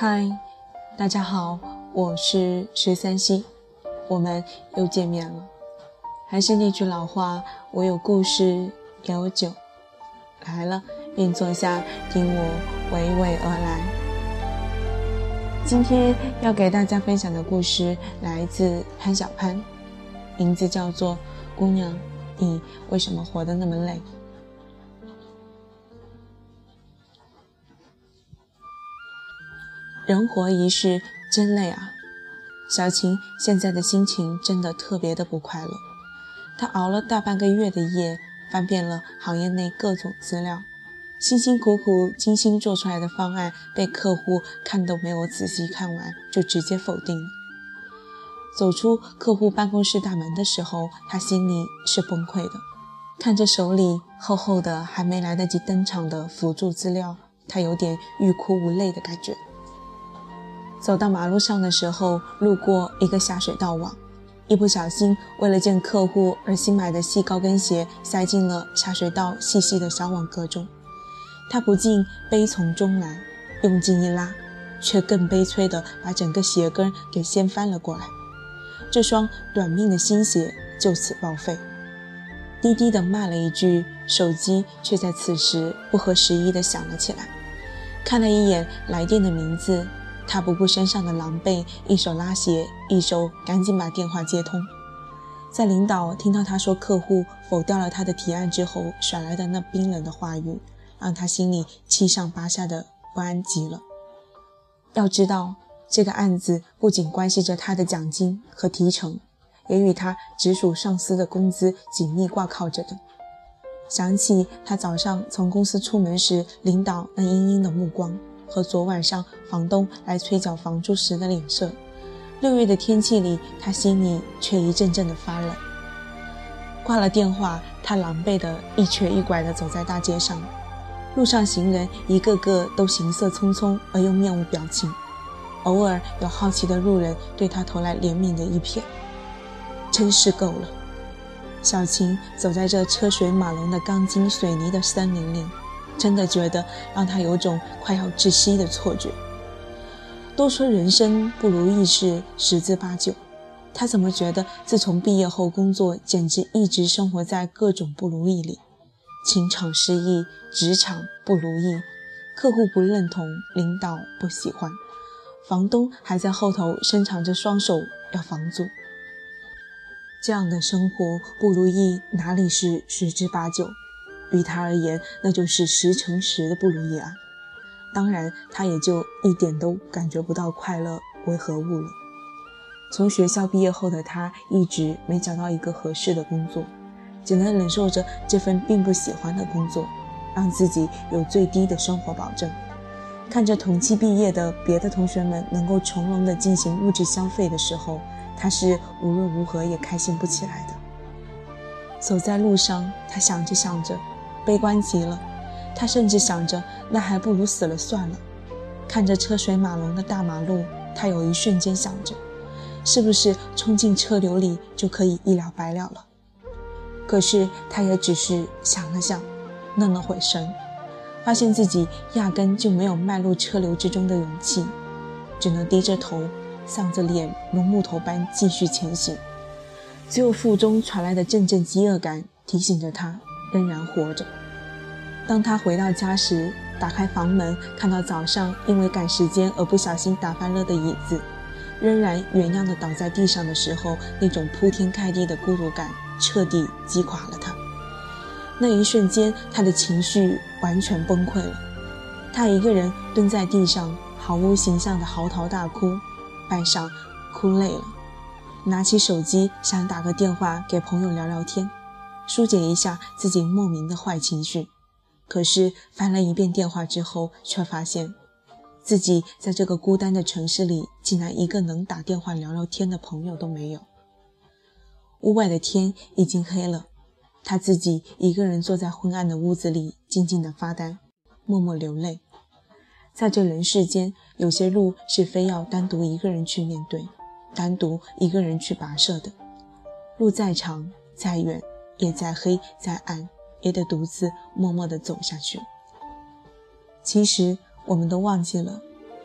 嗨，大家好，我是13夕，我们又见面了。还是那句老话，我有故事也有酒，来了便坐下，听我娓娓而来。今天要给大家分享的故事来自潘小潘，名字叫做姑娘，你为什么活得那么累？人活一世真累啊！小琴现在的心情真的特别的不快乐。她熬了大半个月的夜，翻遍了行业内各种资料，辛辛苦苦精心做出来的方案被客户看都没有仔细看完就直接否定了。走出客户办公室大门的时候，她心里是崩溃的。看着手里厚厚的还没来得及登场的辅助资料，她有点欲哭无泪的感觉。走到马路上的时候，路过一个下水道网，一不小心为了见客户而新买的细高跟鞋塞进了下水道细细的小网格中。他不禁悲从中来，用劲一拉，却更悲催地把整个鞋跟给掀翻了过来。这双短命的新鞋就此报废。低低地骂了一句，手机却在此时不合时宜地响了起来。看了一眼来电的名字，他不顾身上的狼狈，一手拉鞋，一手赶紧把电话接通。在领导听到他说客户否掉了他的提案之后甩来的那冰冷的话语，让他心里七上八下的不安极了。要知道，这个案子不仅关系着他的奖金和提成，也与他直属上司的工资紧密挂靠着的。想起他早上从公司出门时，领导那阴阴的目光，和昨晚上房东来催缴房租时的脸色，6月的天气里，他心里却一阵阵的发冷。挂了电话，他狼狈的一瘸一拐地走在大街上，路上行人一个个都行色匆匆而又面无表情，偶尔有好奇的路人对他投来怜悯的一瞥。真是够了。小琴走在这车水马龙的钢筋水泥的森林里，真的觉得让他有种快要窒息的错觉。都说人生不如意事十之八九，他怎么觉得自从毕业后工作简直一直生活在各种不如意里。情场失意，职场不如意，客户不认同，领导不喜欢，房东还在后头伸长着双手要房租。这样的生活不如意哪里是十之八九，于他而言那就是10乘10的不如意啊。当然他也就一点都感觉不到快乐为何物了。从学校毕业后的他一直没找到一个合适的工作，只能忍受着这份并不喜欢的工作，让自己有最低的生活保证。看着同期毕业的别的同学们能够从容地进行物质消费的时候，他是无论如何也开心不起来的。走在路上，他想着想着悲观极了，他甚至想着那还不如死了算了。看着车水马龙的大马路，他有一瞬间想着，是不是冲进车流里就可以一了百了了。可是他也只是想了想，愣了会神，发现自己压根就没有迈入车流之中的勇气，只能低着头，丧着脸，如木头般继续前行。只有腹中传来的阵阵饥饿感提醒着他仍然活着。当他回到家时，打开房门，看到早上因为赶时间而不小心打翻了的椅子仍然原样的倒在地上的时候，那种铺天盖地的孤独感彻底击垮了他。那一瞬间，他的情绪完全崩溃了。他一个人蹲在地上，毫无形象的嚎啕大哭，半晌哭累了，拿起手机想打个电话给朋友聊聊天，疏解一下自己莫名的坏情绪。可是翻了一遍电话之后，却发现自己在这个孤单的城市里，竟然一个能打电话聊聊天的朋友都没有。屋外的天已经黑了，他自己一个人坐在昏暗的屋子里，静静地发呆，默默流泪。在这人世间，有些路是非要单独一个人去面对，单独一个人去跋涉的。路再长再远，也再黑再暗，也得独自默默地走下去。其实我们都忘记了，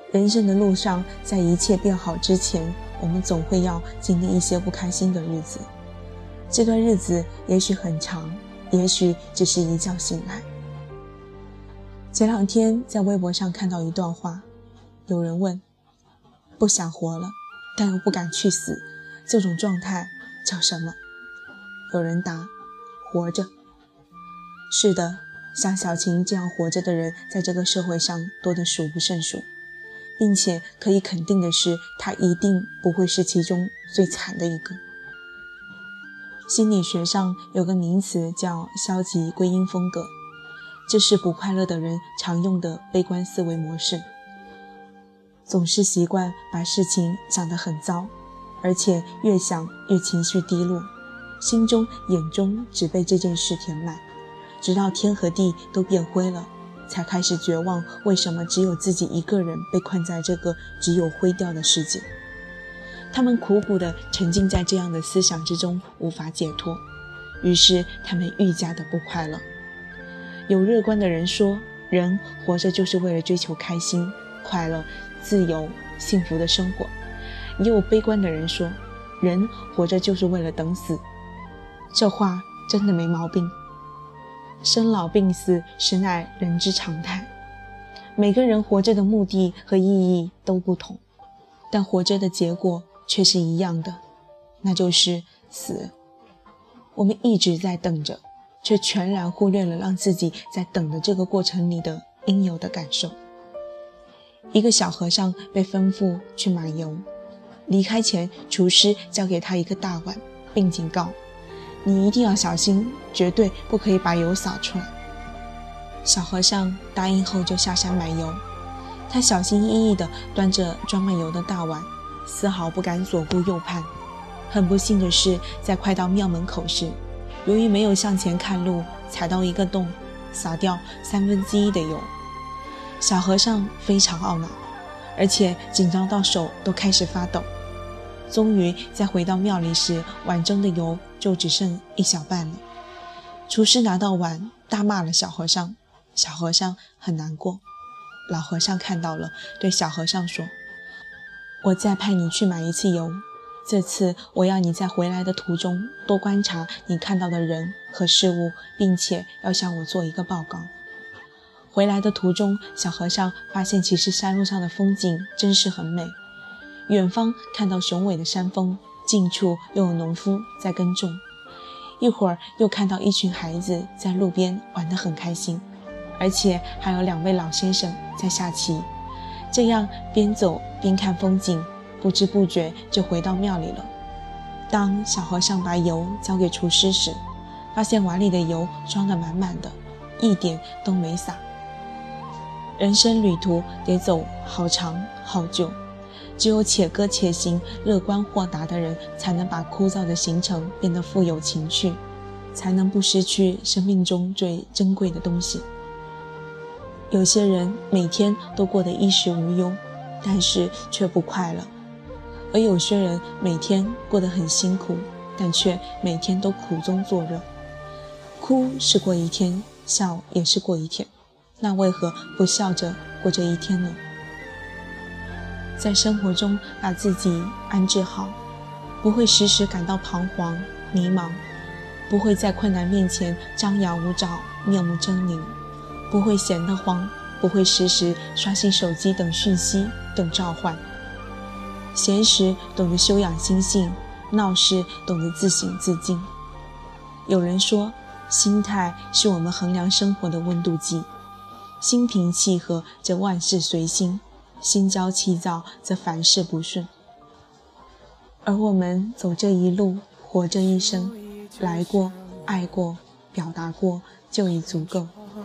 人生的路上，在一切变好之前，我们总会要经历一些不开心的日子。这段日子也许很长，也许只是一觉醒来。前两天在微博上看到一段话，有人问，不想活了，但又不敢去死，这种状态叫什么？有人答，活着。是的，像小晴这样活着的人，在这个社会上多得数不胜数，并且可以肯定的是，她一定不会是其中最惨的一个。心理学上有个名词叫消极归因风格，这是不快乐的人常用的悲观思维模式，总是习惯把事情想得很糟，而且越想越情绪低落，心中眼中只被这件事填满，直到天和地都变灰了，才开始绝望，为什么只有自己一个人被困在这个只有灰掉的世界。他们苦苦地沉浸在这样的思想之中，无法解脱，于是他们愈加的不快乐。有乐观的人说，人活着就是为了追求开心、快乐、自由、幸福的生活。也有悲观的人说，人活着就是为了等死。这话真的没毛病。生老病死实乃人之常态，每个人活着的目的和意义都不同，但活着的结果却是一样的，那就是死。我们一直在等着，却全然忽略了让自己在等的这个过程里的应有的感受。一个小和尚被吩咐去买油，离开前，厨师交给他一个大碗，并警告，你一定要小心，绝对不可以把油洒出来。小和尚答应后就下山买油，他小心翼翼地端着装满油的大碗，丝毫不敢左顾右盼。很不幸的是，在快到庙门口时，由于没有向前看路，踩到一个洞，洒掉1/3的油。小和尚非常懊恼，而且紧张到手都开始发抖。终于在回到庙里时，碗中的油就只剩一小半了。厨师拿到碗，大骂了小和尚。小和尚很难过。老和尚看到了，对小和尚说，我再派你去买一次油，这次我要你在回来的途中多观察你看到的人和事物，并且要向我做一个报告。回来的途中，小和尚发现其实山路上的风景真是很美，远方看到雄伟的山峰，近处又有农夫在耕种，一会儿又看到一群孩子在路边玩得很开心，而且还有2位老先生在下棋。这样边走边看风景，不知不觉就回到庙里了。当小和尚把油交给厨师时，发现碗里的油装得满满的，一点都没洒。人生旅途得走好长好久，只有且歌且行、乐观豁达的人，才能把枯燥的行程变得富有情趣，才能不失去生命中最珍贵的东西。有些人每天都过得衣食无忧，但是却不快乐；而有些人每天过得很辛苦，但却每天都苦中作乐。哭是过一天，笑也是过一天，那为何不笑着过这一天呢？在生活中把自己安置好，不会时时感到彷徨迷茫，不会在困难面前张牙舞爪面目狰狞，不会闲得慌，不会时时刷新手机等讯息等召唤。闲时懂得修养心性，闹时懂得自省自禁。有人说，心态是我们衡量生活的温度计，心平气和则万事随心，心焦气躁则凡事不顺。而我们走这一路，活这一生，来过爱过表达过，就已足够。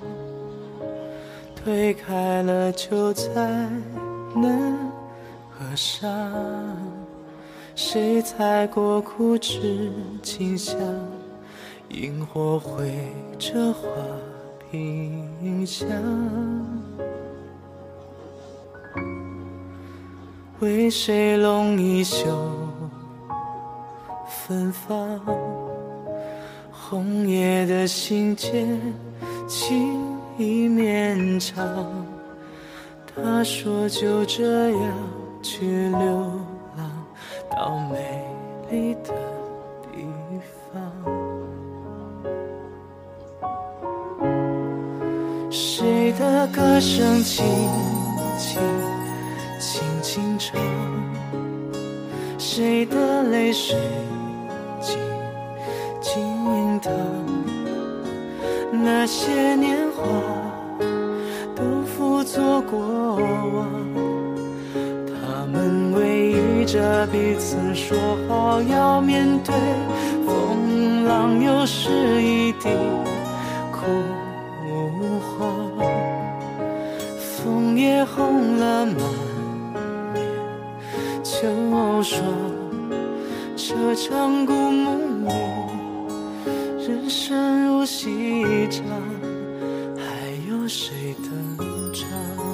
推开了就才能合上，谁踩过枯枝清香，萤火绘着花屏香，为谁拢一袖芬芳，红叶的信笺情意绵长， 他说就这样去流浪到美丽的地方。谁的歌声轻轻轻轻唱，谁的泪水静静淌，那些年华都付作过往，他们偎依着彼此说好要面对风浪，又是一地枯黄，枫叶红了满面秋霜，这场故梦里人生如戏场，还有谁登场？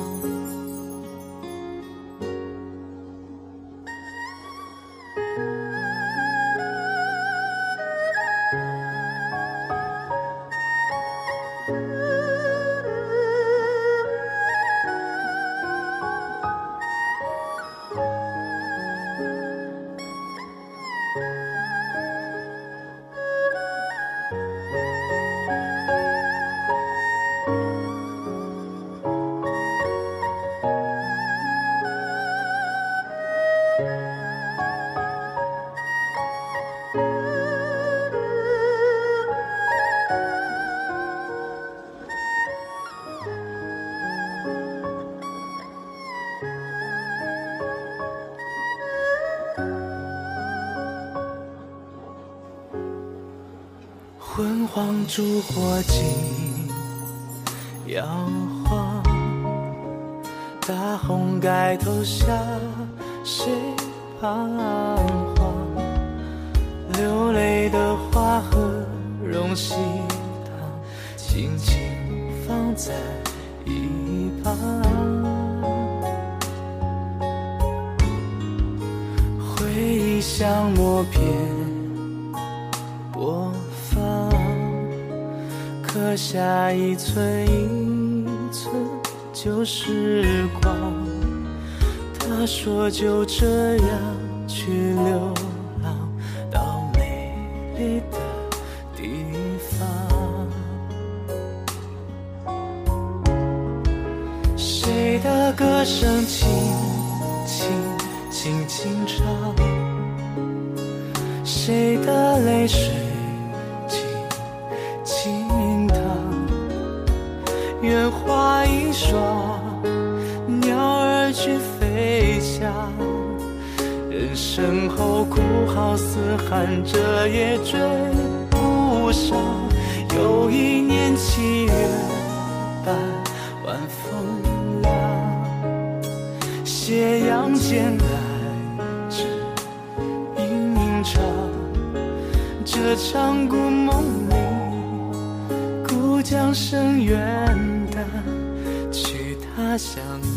昏黄烛火尽摇晃，大红盖头下谁彷徨？流泪的花和荣喜糖轻轻放在一旁，回忆像默片播放，刻下一寸一寸旧时光。他说就这样去流浪到美丽的地方。谁的歌声轻轻轻轻唱，谁的泪水静静淌，愿花一双，鸟儿去飞翔，人生后哭号嘶喊，这也追不上。又一年7月半，晚风凉，斜阳渐来只吟唱，这场故梦里，故将声远淡，去他乡。